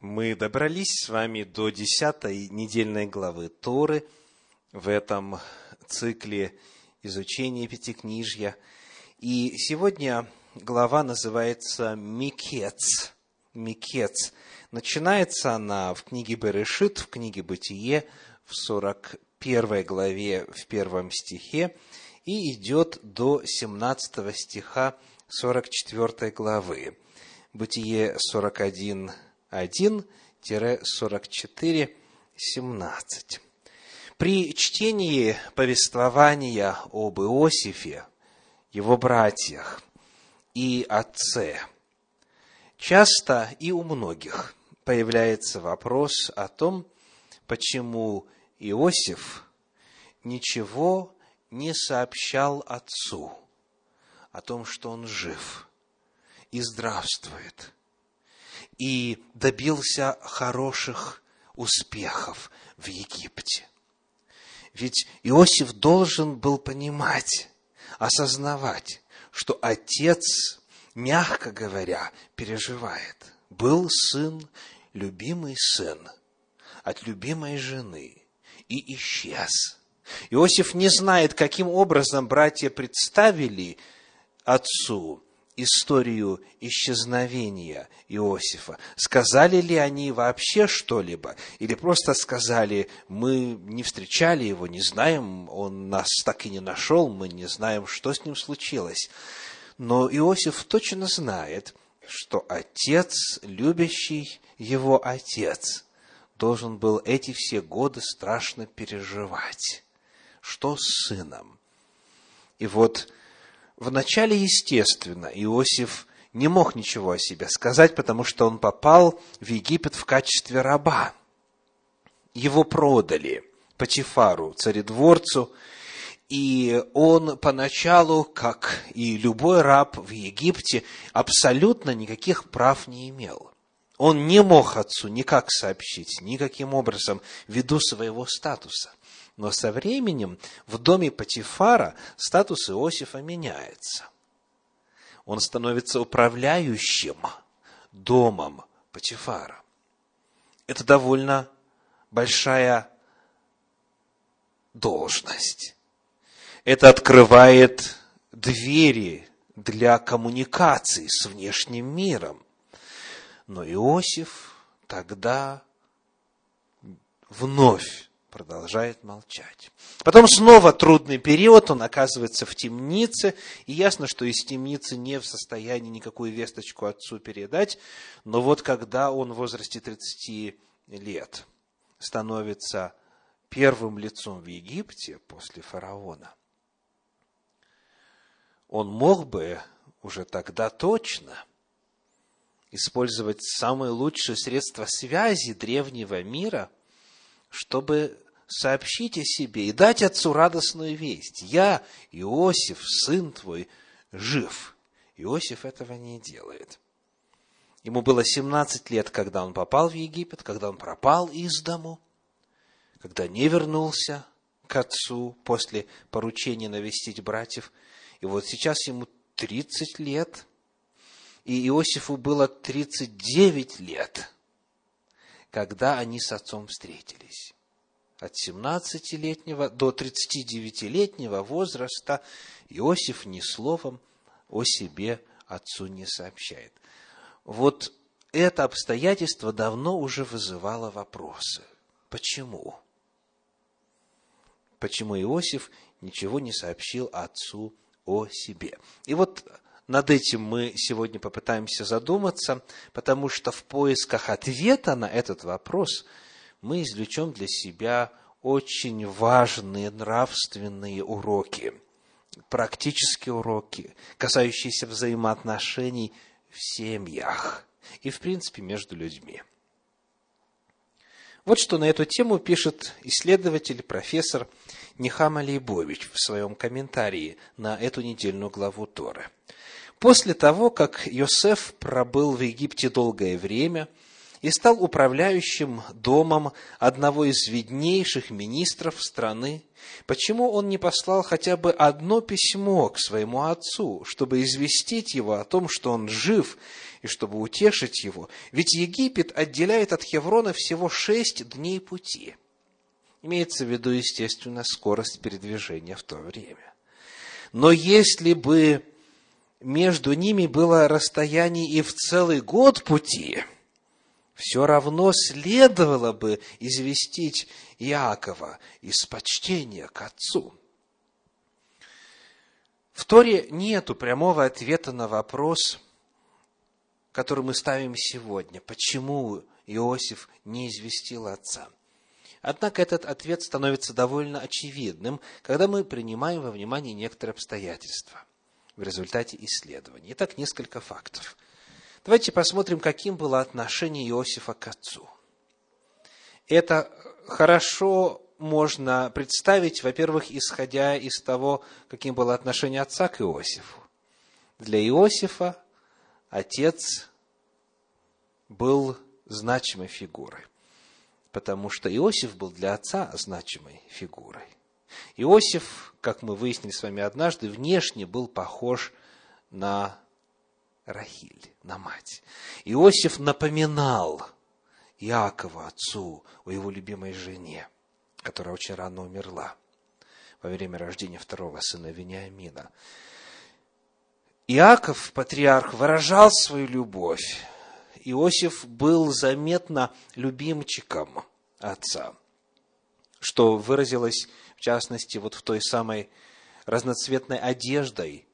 Мы добрались с вами до 10 недельной главы Торы в этом цикле изучения Пятикнижья. И сегодня глава называется Микец. Микец. Начинается она в книге Берешит, в книге Бытие, в 41 главе, в 1 стихе, и идет до 17 стиха 44 главы. Бытие 41:1-44:17. При чтении повествования об Иосифе, его братьях и отце, часто и у многих появляется вопрос о том, почему Иосиф ничего не сообщал отцу о том, что он жив и здравствует, и добился хороших успехов в Египте. Ведь Иосиф должен был понимать, осознавать, что отец, мягко говоря, переживает. Был сын, любимый сын, от любимой жены, и исчез. Иосиф не знает, каким образом братья представили отцу историю исчезновения Иосифа. Сказали ли они вообще что-либо? Или просто сказали: мы не встречали его, не знаем, он нас так и не нашел, мы не знаем, что с ним случилось. Но Иосиф точно знает, что отец, любящий его отец, должен был эти все годы страшно переживать. Что с сыном? И вот вначале, естественно, Иосиф не мог ничего о себе сказать, потому что он попал в Египет в качестве раба. Его продали Потифару, царедворцу, и он поначалу, как и любой раб в Египте, абсолютно никаких прав не имел. Он не мог отцу никак сообщить, никаким образом, ввиду своего статуса. Но со временем в доме Потифара статус Иосифа меняется. Он становится управляющим домом Потифара. Это довольно большая должность. Это открывает двери для коммуникации с внешним миром. Но Иосиф тогда вновь продолжает молчать. Потом снова трудный период, он оказывается в темнице, и ясно, что из темницы не в состоянии никакую весточку отцу передать, но вот когда он в возрасте 30 лет становится первым лицом в Египте после фараона, он мог бы уже тогда точно использовать самые лучшие средства связи древнего мира, чтобы сообщить о себе и дать отцу радостную весть. Я, Иосиф, сын твой, жив. Иосиф этого не делает. Ему было 17 лет, когда он попал в Египет, когда он пропал из дому, когда не вернулся к отцу после поручения навестить братьев. И вот сейчас ему 30 лет, и Иосифу было 39 лет, когда они с отцом встретились. От 17-летнего до 39-летнего возраста Иосиф ни словом о себе отцу не сообщает. Вот это обстоятельство давно уже вызывало вопросы. Почему? Почему Иосиф ничего не сообщил отцу о себе? И вот над этим мы сегодня попытаемся задуматься, потому что в поисках ответа на этот вопрос мы извлечем для себя очень важные нравственные уроки, практические уроки, касающиеся взаимоотношений в семьях и, в принципе, между людьми. Вот что на эту тему пишет исследователь, профессор Нехама Лейбович в своем комментарии на эту недельную главу Торы. После того, как Йосеф пробыл в Египте долгое время и стал управляющим домом одного из виднейших министров страны, почему он не послал хотя бы одно письмо к своему отцу, чтобы известить его о том, что он жив, и чтобы утешить его? Ведь Египет отделяет от Хеврона всего 6 дней пути. Имеется в виду, естественно, скорость передвижения в то время. Но если бы между ними было расстояние и в целый год пути, все равно следовало бы известить Иакова из почтения к отцу. В Торе нету прямого ответа на вопрос, который мы ставим сегодня. Почему Иосиф не известил отца? Однако этот ответ становится довольно очевидным, когда мы принимаем во внимание некоторые обстоятельства в результате исследований. Итак, несколько фактов. Давайте посмотрим, каким было отношение Иосифа к отцу. Это хорошо можно представить, во-первых, исходя из того, каким было отношение отца к Иосифу. Для Иосифа отец был значимой фигурой, потому что Иосиф был для отца значимой фигурой. Иосиф, как мы выяснили с вами однажды, внешне был похож на Рахиль, на мать. Иосиф напоминал Иакову, отцу, о его любимой жене, которая очень рано умерла во время рождения второго сына Вениамина. Иаков, патриарх, выражал свою любовь. Иосиф был заметно любимчиком отца, что выразилось, в частности, вот в той самой разноцветной одежде,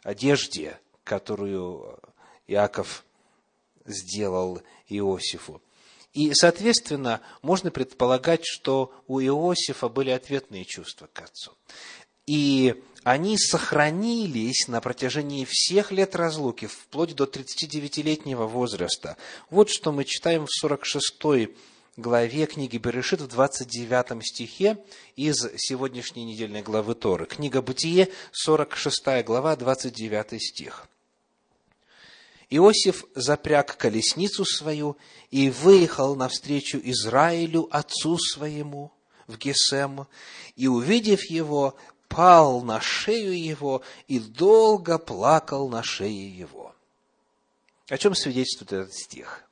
которую Иаков сделал Иосифу. И, соответственно, можно предполагать, что у Иосифа были ответные чувства к отцу. И они сохранились на протяжении всех лет разлуки, вплоть до 39-летнего возраста. Вот что мы читаем в 46 главе книги Берешит, в 29 стихе из сегодняшней недельной главы Торы. Книга Бытие, 46 глава, 29 стих. Иосиф запряг колесницу свою и выехал навстречу Израилю, отцу своему, в Гесем, и, увидев его, пал на шею его и долго плакал на шее его. О чем свидетельствует этот стих?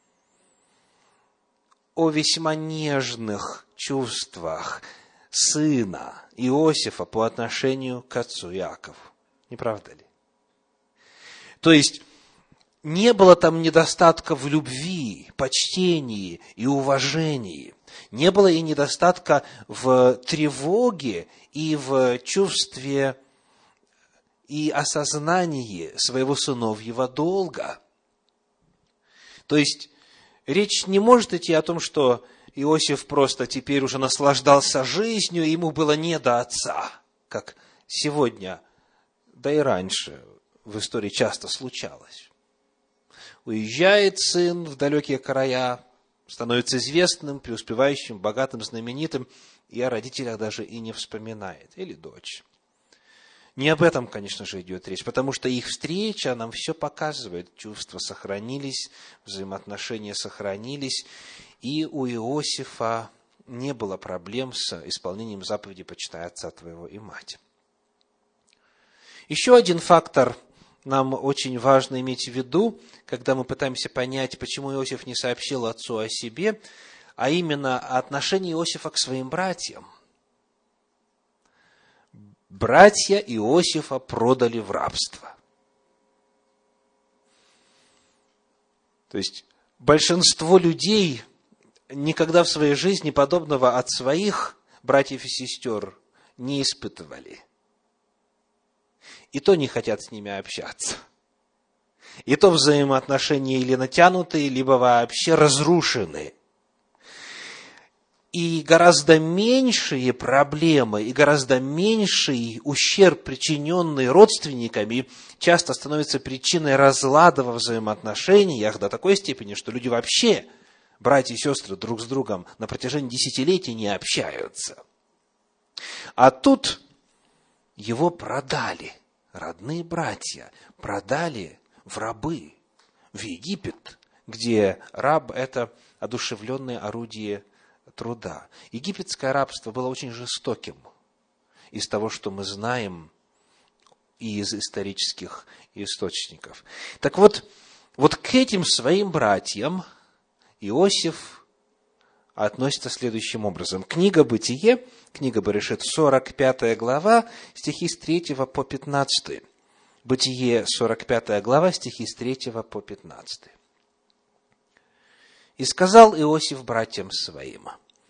О весьма нежных чувствах сына Иосифа по отношению к отцу Иакову. Не правда ли? То есть, не было там недостатка в любви, почтении и уважении. Не было и недостатка в тревоге и в чувстве и осознании своего сыновьего долга. То есть, речь не может идти о том, что Иосиф просто теперь уже наслаждался жизнью, и ему было не до отца, как сегодня, да и раньше в истории часто случалось. Уезжает сын в далекие края, становится известным, преуспевающим, богатым, знаменитым, и о родителях даже и не вспоминает. Или дочь. Не об этом, конечно же, идет речь, потому что их встреча нам все показывает. Чувства сохранились, взаимоотношения сохранились, и у Иосифа не было проблем с исполнением заповеди «почитай отца твоего и мать». Еще один фактор нам очень важно иметь в виду, когда мы пытаемся понять, почему Иосиф не сообщил отцу о себе, а именно отношение Иосифа к своим братьям. Братья Иосифа продали в рабство. То есть, большинство людей никогда в своей жизни подобного от своих братьев и сестер не испытывали. И то не хотят с ними общаться. И то взаимоотношения или натянутые, либо вообще разрушены. И гораздо меньшие проблемы, и гораздо меньший ущерб, причиненный родственниками, часто становится причиной разлада во взаимоотношениях до такой степени, что люди вообще, братья и сестры, друг с другом на протяжении десятилетий не общаются. А тут его продали. Родные братья продали в рабы, в Египет, где раб – это одушевленное орудие труда. Египетское рабство было очень жестоким из того, что мы знаем и из исторических источников. Так вот к этим своим братьям Иосиф относится следующим образом. Книга Бытие, книга Берешит, 45 глава, стихи с 3 по 15. Бытие, 45 глава, стихи с 3 по 15. «И сказал Иосиф братьям своим: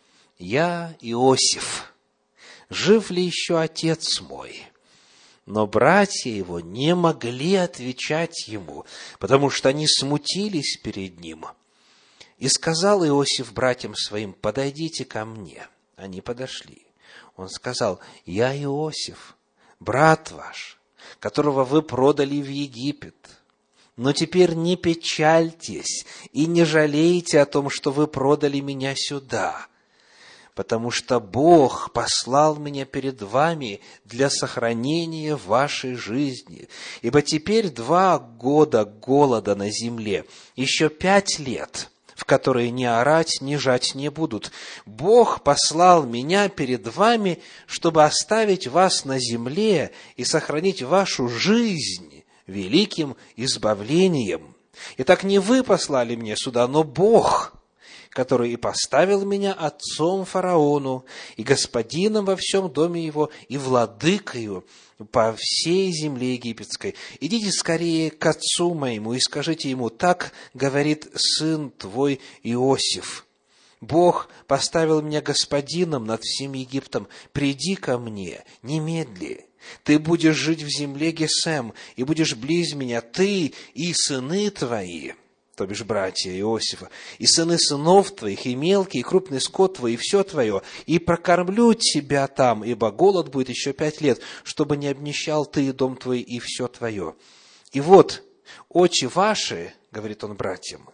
я Иосиф, жив ли еще отец мой? Но братья его не могли отвечать ему, потому что они смутились перед ним. И сказал Иосиф братьям своим: подойдите ко мне. Они подошли. Он сказал: я Иосиф, брат ваш, которого вы продали в Египет. Но теперь не печальтесь и не жалейте о том, что вы продали меня сюда, потому что Бог послал меня перед вами для сохранения вашей жизни. Ибо теперь 2 года голода на земле, еще 5 лет, в которые ни орать, ни жать не будут. Бог послал меня перед вами, чтобы оставить вас на земле и сохранить вашу жизнь великим избавлением. Итак, не вы послали меня сюда, но Бог, который и поставил меня отцом фараону, и господином во всем доме его, и владыкою по всей земле египетской. Идите скорее к отцу моему и скажите ему: так говорит сын твой Иосиф. Бог поставил меня господином над всем Египтом. Приди ко мне немедли. Ты будешь жить в земле Гесем, и будешь близ меня, ты и сыны твои, то бишь братья Иосифа, и сыны сынов твоих, и мелкий, и крупный скот твой, и все твое, и прокормлю тебя там, ибо голод будет еще 5 лет, чтобы не обнищал ты и дом твой, и все твое. И вот, очи ваши, говорит он братьям,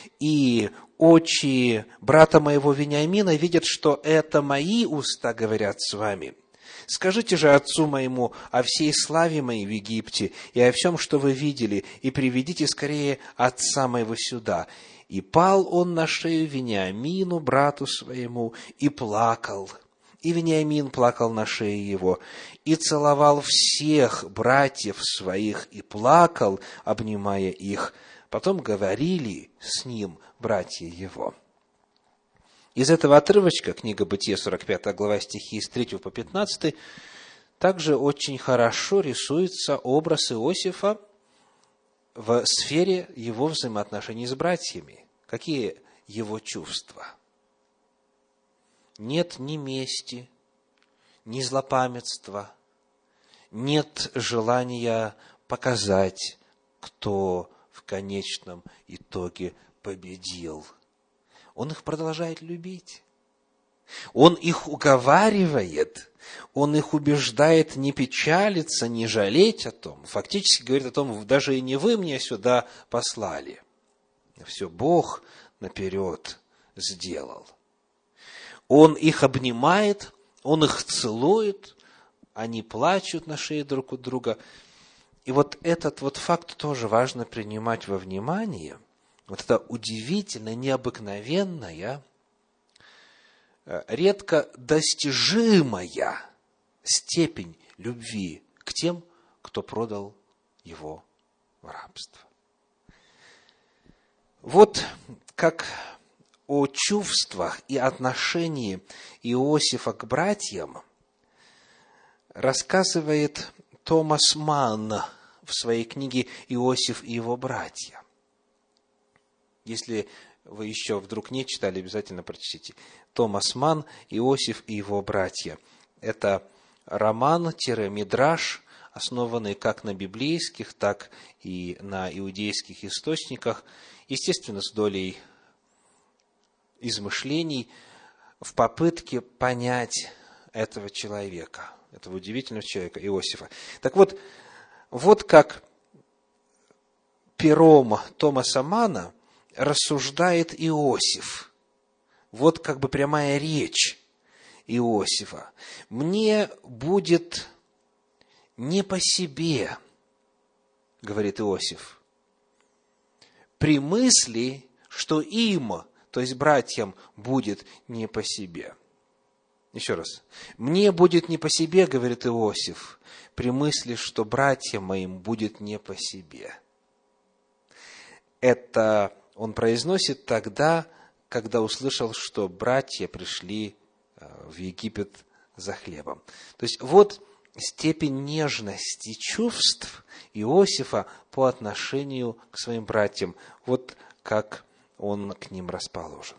и очи брата моего Вениамина видят, что это мои уста говорят с вами. Скажите же отцу моему о всей славе моей в Египте и о всем, что вы видели, и приведите скорее отца моего сюда». И пал он на шею Вениамину, брату своему, и плакал. И Вениамин плакал на шее его, и целовал всех братьев своих, и плакал, обнимая их. Потом говорили с ним братья его. Из этого отрывочка, книга Бытие, 45 глава, стихи с 3 по 15, также очень хорошо рисуется образ Иосифа в сфере его взаимоотношений с братьями. Какие его чувства? Нет ни мести, ни злопамятства, нет желания показать, кто в конечном итоге победил. Он их продолжает любить. Он их уговаривает, он их убеждает не печалиться, не жалеть о том. Фактически говорит о том: даже и не вы меня сюда послали. Все Бог наперед сделал. Он их обнимает, он их целует, они плачут на шее друг у друга. И вот этот вот факт тоже важно принимать во внимание. Вот это удивительная, необыкновенная, редко достижимая степень любви к тем, кто продал его в рабство. Вот как о чувствах и отношении Иосифа к братьям рассказывает Томас Манн в своей книге «Иосиф и его братья». Если вы еще вдруг не читали, обязательно прочтите. Томас Манн, «Иосиф и его братья». Это роман-мидраж, основанный как на библейских, так и на иудейских источниках, естественно, с долей измышлений, в попытке понять этого человека, этого удивительного человека, Иосифа. Так вот, как пером Томаса Манна рассуждает Иосиф. Вот как бы прямая речь Иосифа. «Мне будет не по себе, — говорит Иосиф, — при мысли что им, то есть братьям, будет не по себе. Еще раз. «Мне будет не по себе, — говорит Иосиф, — при мысли, что братьям моим будет не по себе». Это он произносит тогда, когда услышал, что братья пришли в Египет за хлебом. То есть, вот степень нежности чувств Иосифа по отношению к своим братьям. Вот как он к ним расположен.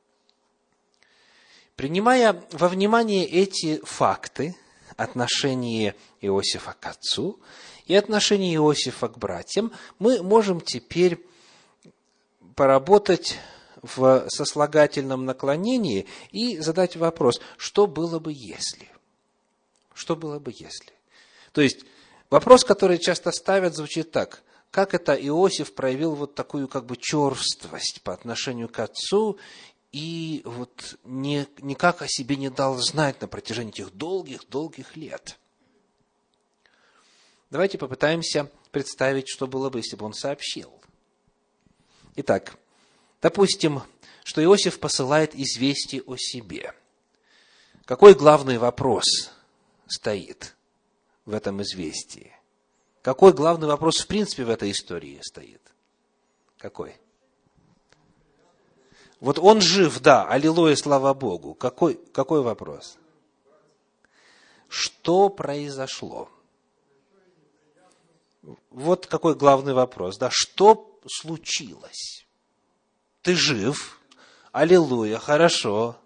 Принимая во внимание эти факты, отношение Иосифа к отцу и отношение Иосифа к братьям, мы можем теперь поработать в сослагательном наклонении и задать вопрос, что было бы, если? Что было бы, если? То есть, вопрос, который часто ставят, звучит так: как это Иосиф проявил вот такую как бы черствость по отношению к отцу и вот никак о себе не дал знать на протяжении этих долгих лет? Давайте попытаемся представить, что было бы, если бы он сообщил. Итак, допустим, что Иосиф посылает известие о себе. Какой главный вопрос стоит в этом известии? Какой главный вопрос, в принципе, в этой истории стоит? Какой? Вот он жив, да, аллилуйя, слава Богу. Какой вопрос? Что произошло? Вот какой главный вопрос, да, что случилось? Ты жив, аллилуйя, хорошо.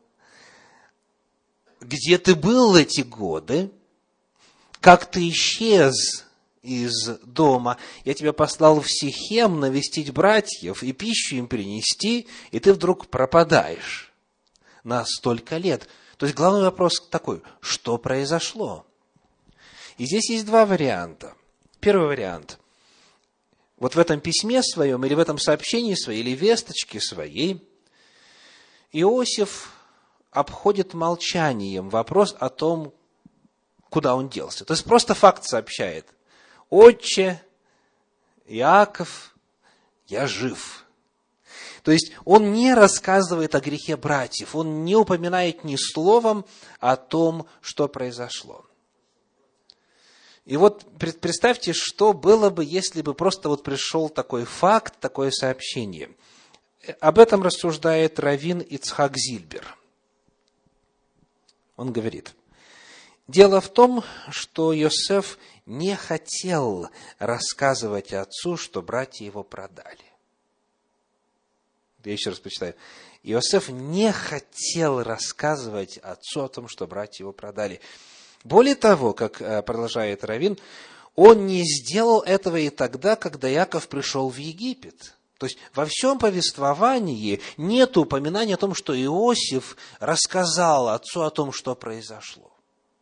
Где ты был эти годы? Как ты исчез из дома? Я тебя послал в Сихем навестить братьев и пищу им принести, и ты вдруг пропадаешь на столько лет. То есть, главный вопрос такой: что произошло? И здесь есть два варианта. Первый вариант. Вот в этом письме своем, или в этом сообщении своей, или весточке своей, Иосиф обходит молчанием вопрос о том, куда он делся. То есть, просто факт сообщает: «Отче, Иаков, я жив». То есть, он не рассказывает о грехе братьев, он не упоминает ни словом о том, что произошло. И вот представьте, что было бы, если бы просто вот пришел такой факт, такое сообщение. Об этом рассуждает раввин Ицхак Зильбер. Он говорит: дело в том, что Йосеф не хотел рассказывать отцу, что братья его продали. Я еще раз прочитаю. Иосиф не хотел рассказывать отцу о том, что братья его продали. Более того, как продолжает раввин, он не сделал этого и тогда, когда Иаков пришел в Египет. То есть, во всем повествовании нет упоминания о том, что Иосиф рассказал отцу о том, что произошло.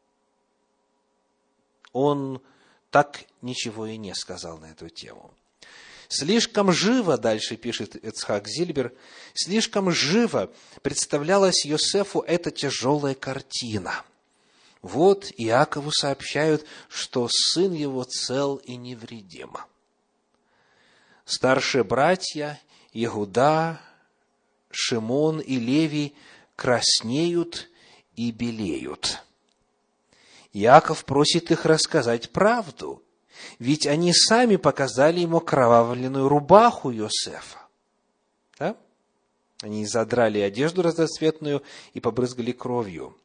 Он так ничего и не сказал на эту тему. Слишком живо, дальше пишет Ицхак Зильбер, слишком живо представлялась Йосефу эта тяжелая картина. Вот Иакову сообщают, что сын его цел и невредим. Старшие братья Иуда, Шимон и Левий краснеют и белеют. Иаков просит их рассказать правду, ведь они сами показали ему окровавленную рубаху Йосефа. Да? Они задрали одежду разноцветную и побрызгали кровью.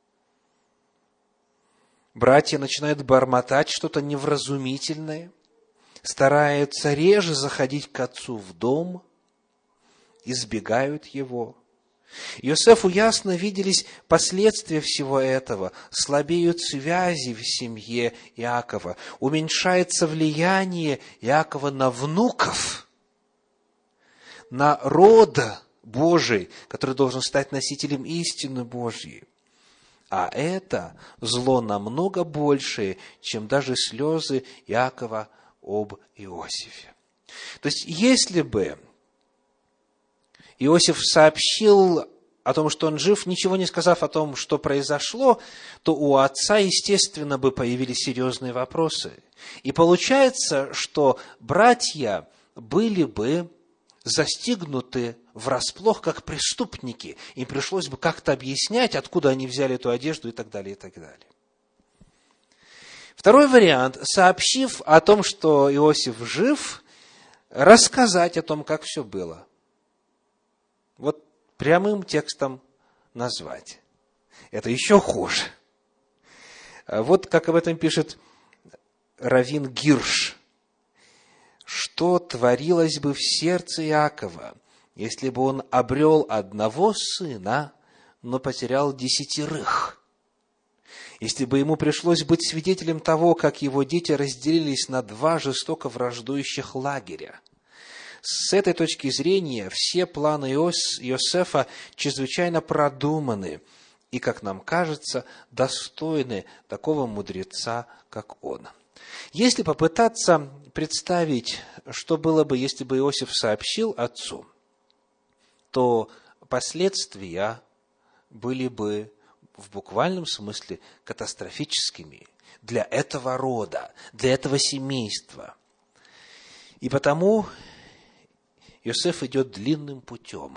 Братья начинают бормотать что-то невразумительное, стараются реже заходить к отцу в дом, избегают его. Йосефу ясно виделись последствия всего этого. Слабеют связи в семье Иакова, уменьшается влияние Иакова на внуков, на род Божий, который должен стать носителем истины Божьей. А это зло намного большее, чем даже слезы Иакова об Иосифе. То есть, если бы Иосиф сообщил о том, что он жив, ничего не сказав о том, что произошло, то у отца, естественно, бы появились серьезные вопросы. И получается, что братья были бы застигнуты врасплох, как преступники. Им пришлось бы как-то объяснять, откуда они взяли эту одежду и так далее, и так далее. Второй вариант. Сообщив о том, что Иосиф жив, рассказать о том, как все было. Вот прямым текстом назвать. Это еще хуже. Вот как об этом пишет раввин Гирш. Что творилось бы в сердце Иакова, если бы он обрел одного сына, но потерял 10? Если бы ему пришлось быть свидетелем того, как его дети разделились на 2 жестоко враждующих лагеря. С этой точки зрения все планы Иосифа чрезвычайно продуманы и, как нам кажется, достойны такого мудреца, как он. Если попытаться представить, что было бы, если бы Иосиф сообщил отцу, то последствия были бы в буквальном смысле катастрофическими для этого рода, для этого семейства. И потому Иосиф идет длинным путем.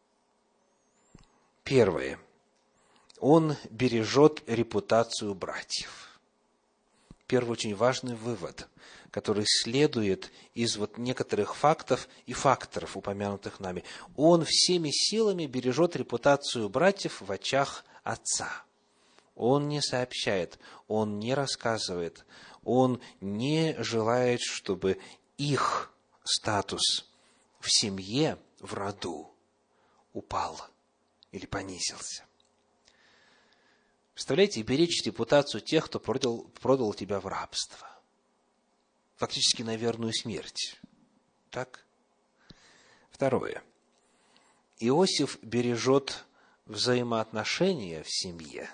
Первое. Он бережет репутацию братьев. Первый очень важный вывод, который следует из некоторых фактов и факторов, упомянутых нами. Он всеми силами бережет репутацию братьев в очах отца. Он не сообщает, он не рассказывает, он не желает, чтобы их статус в семье, в роду упал или понизился. Представляете, беречь репутацию тех, кто продал тебя в рабство. Фактически на верную смерть. Так? Второе. Иосиф бережет взаимоотношения в семье.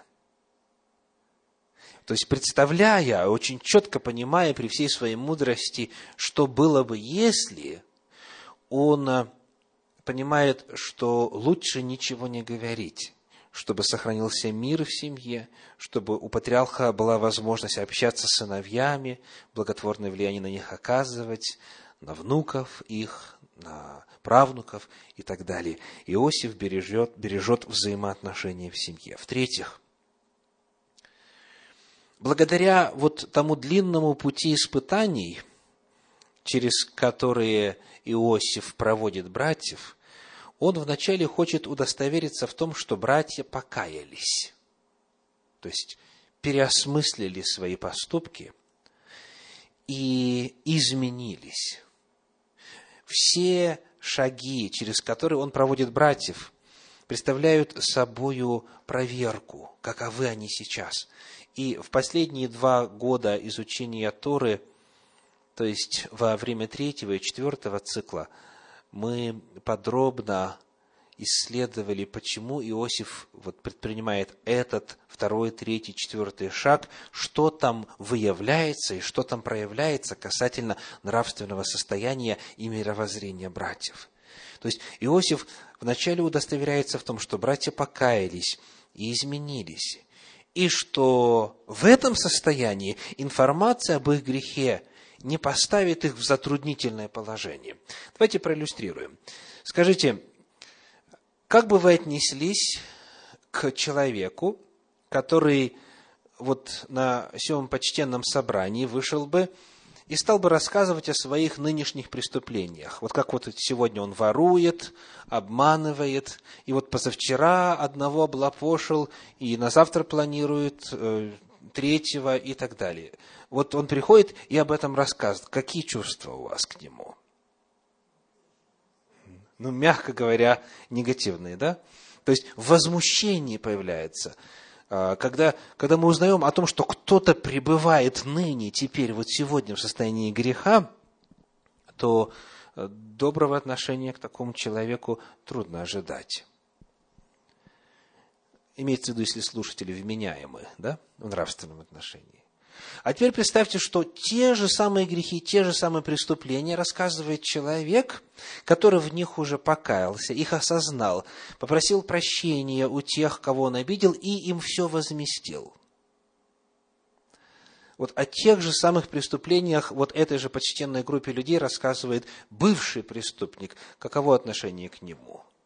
То есть, представляя, очень четко понимая при всей своей мудрости, что было бы, если он понимает, что лучше ничего не говорить, чтобы сохранился мир в семье, чтобы у патриарха была возможность общаться с сыновьями, благотворное влияние на них оказывать, на внуков их, на правнуков и так далее. Иосиф бережет взаимоотношения в семье. В-третьих, благодаря тому длинному пути испытаний, через которые Иосиф проводит братьев, он вначале хочет удостовериться в том, что братья покаялись, то есть переосмыслили свои поступки и изменились. Все шаги, через которые он проводит братьев, представляют собою проверку, каковы они сейчас. И в последние 2 года изучения Торы, то есть во время 3-го и 4-го цикла, мы подробно исследовали, почему Иосиф предпринимает этот 2-й, 3-й, 4-й шаг, что там выявляется и что там проявляется касательно нравственного состояния и мировоззрения братьев. То есть Иосиф вначале удостоверяется в том, что братья покаялись и изменились, и что в этом состоянии информация об их грехе не поставит их в затруднительное положение. Давайте проиллюстрируем. Скажите, как бы вы отнеслись к человеку, который на сём почтенном собрании вышел бы и стал бы рассказывать о своих нынешних преступлениях? Как сегодня он ворует, обманывает, и позавчера одного облапошил, и на завтра планирует 3-го и так далее. Он приходит и об этом рассказывает. Какие чувства у вас к нему? Мягко говоря, негативные, да? То есть возмущение появляется. Когда мы узнаем о том, что кто-то пребывает ныне, теперь, сегодня в состоянии греха, то доброго отношения к такому человеку трудно ожидать. Имеется в виду, если слушатели вменяемы, да, в нравственном отношении. А теперь представьте, что те же самые грехи, те же самые преступления рассказывает человек, который в них уже покаялся, их осознал, попросил прощения у тех, кого он обидел, и им все возместил. О тех же самых преступлениях этой же почтенной группе людей рассказывает бывший преступник. Каково отношение к нему?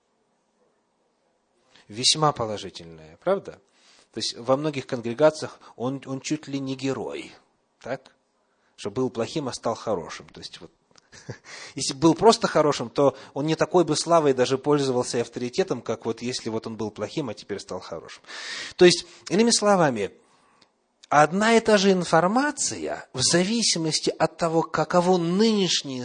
весьма положительное, правда? То есть во многих конгрегациях он чуть ли не герой, так? Что был плохим, а стал хорошим. То есть, вот, если был просто хорошим, то он не такой бы славой даже пользовался и авторитетом, как вот если вот он был плохим, а теперь стал хорошим. То есть, иными словами, одна и та же информация, в зависимости от того, каково нынешний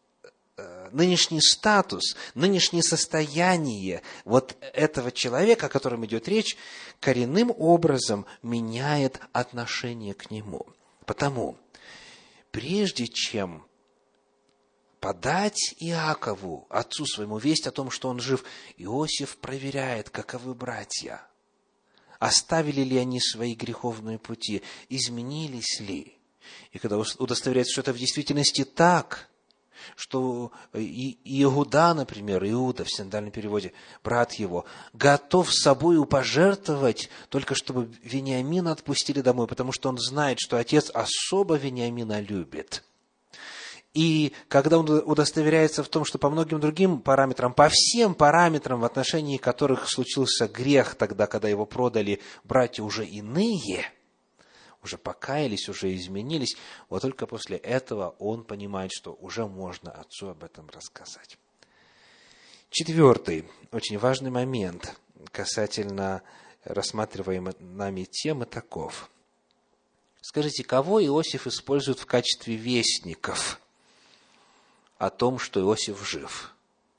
статус, нынешнее состояние вот этого человека, о котором идет речь, коренным образом меняет отношение к нему. Потому, прежде чем подать Иакову, отцу своему, весть о том, что он жив, Иосиф проверяет, каковы братья. Оставили ли они свои греховные пути? Изменились ли? И когда удостоверяется, что это в действительности так, что Иуда, например, Иуда в синодальном переводе, брат его, готов собою пожертвовать, только чтобы Вениамина отпустили домой, потому что он знает, что отец особо Вениамина любит. И когда он удостоверяется в том, что по многим другим параметрам, по всем параметрам, в отношении которых случился грех тогда, когда его продали, братья уже иные, уже покаялись, уже изменились, вот только после этого он понимает, что уже можно отцу об этом рассказать. Четвертый, очень важный момент касательно рассматриваемой нами темы таков. Скажите, кого Иосиф использует в качестве вестников о том, что Иосиф жив?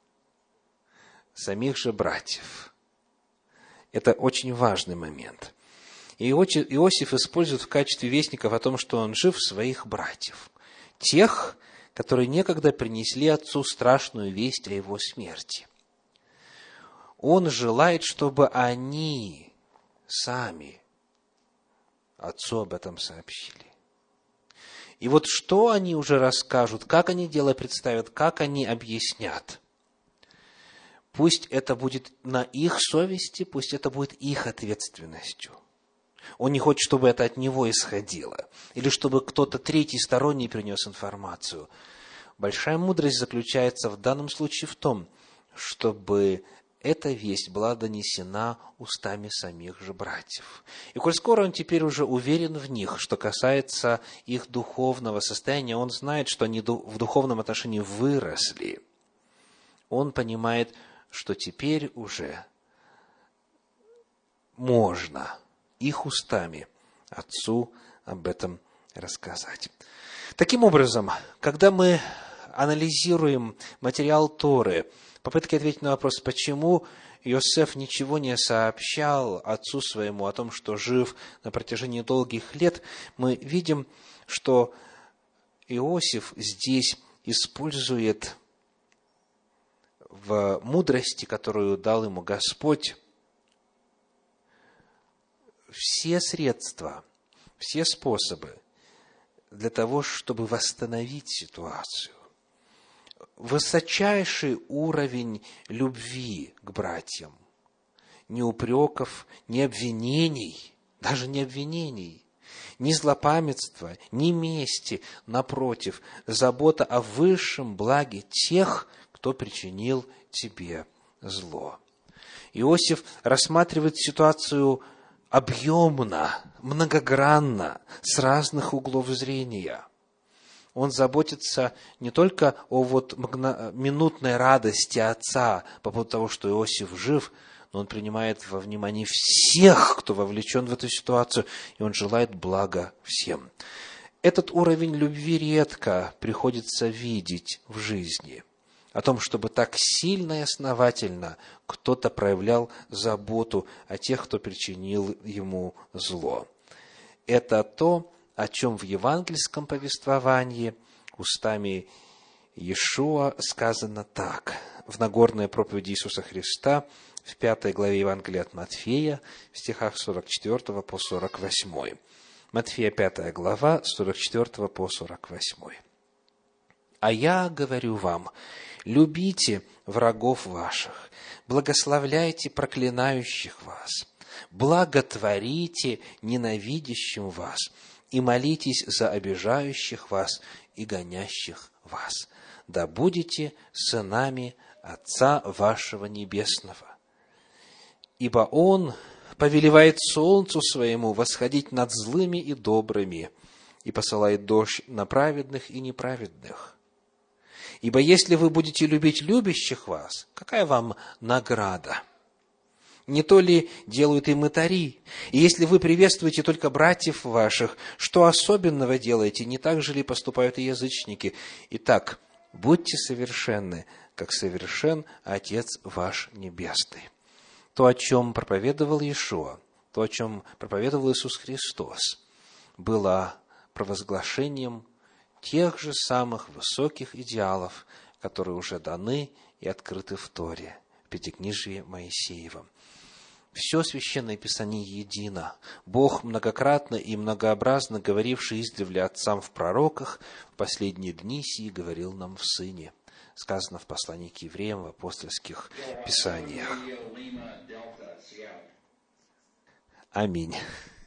Самих же братьев. Это очень важный момент. И Иосиф использует в качестве вестников о том, что он жив, своих братьев. Тех, которые некогда принесли отцу страшную весть о его смерти. Он желает, чтобы они сами отцу об этом сообщили. И вот что они уже расскажут, как они дело представят, как они объяснят. Пусть это будет на их совести, пусть это будет их ответственностью. Он не хочет, чтобы это от него исходило, или чтобы кто-то третий, сторонний принес информацию. Большая мудрость заключается в данном случае в том, чтобы эта весть была донесена устами самих же братьев. И коль скоро он теперь уже уверен в них, что касается их духовного состояния, он знает, что они в духовном отношении выросли, он понимает, что теперь уже можно их устами отцу об этом рассказать. Таким образом, когда мы анализируем материал Торы, попытки ответить на вопрос, почему Иосиф ничего не сообщал отцу своему о том, что жив на протяжении долгих лет, мы видим, что Иосиф здесь использует в мудрости, которую дал ему Господь, все средства, все способы для того, чтобы восстановить ситуацию. Высочайший уровень любви к братьям. Ни упреков, ни обвинений, даже не обвинений, ни злопамятства, ни мести. Напротив, забота о высшем благе тех, кто причинил тебе зло. Иосиф рассматривает ситуацию объемно, многогранно, с разных углов зрения. Он заботится не только о минутной радости отца по поводу того, что Иосиф жив, но он принимает во внимание всех, кто вовлечен в эту ситуацию, и он желает блага всем. Этот уровень любви редко приходится видеть в жизни. О том, чтобы так сильно и основательно кто-то проявлял заботу о тех, кто причинил ему зло. Это то, о чем в евангельском повествовании устами Иешуа сказано так. В Нагорной проповеди Иисуса Христа, в 5 главе Евангелия от Матфея, в стихах 44 по 48. Матфея, 5 глава, 44 по 48. «А я говорю вам, любите врагов ваших, благословляйте проклинающих вас, благотворите ненавидящим вас, и молитесь за обижающих вас и гонящих вас. Да будете сынами Отца вашего Небесного. Ибо Он повелевает солнцу своему восходить над злыми и добрыми, и посылает дождь на праведных и неправедных. Ибо если вы будете любить любящих вас, какая вам награда? Не то ли делают и мытари? И если вы приветствуете только братьев ваших, что особенного делаете? Не так же ли поступают и язычники? Итак, будьте совершенны, как совершен Отец ваш Небесный. То, о чем проповедовал Иешуа, то, о чем проповедовал Иисус Христос, было провозглашением тех же самых высоких идеалов, которые уже даны и открыты в Торе, в Пятикнижии Моисеевом. Все Священное Писание едино. Бог, многократно и многообразно говоривший издревле отцам в пророках, в последние дни сии говорил нам в Сыне. Сказано в послании к евреям в апостольских писаниях. Аминь.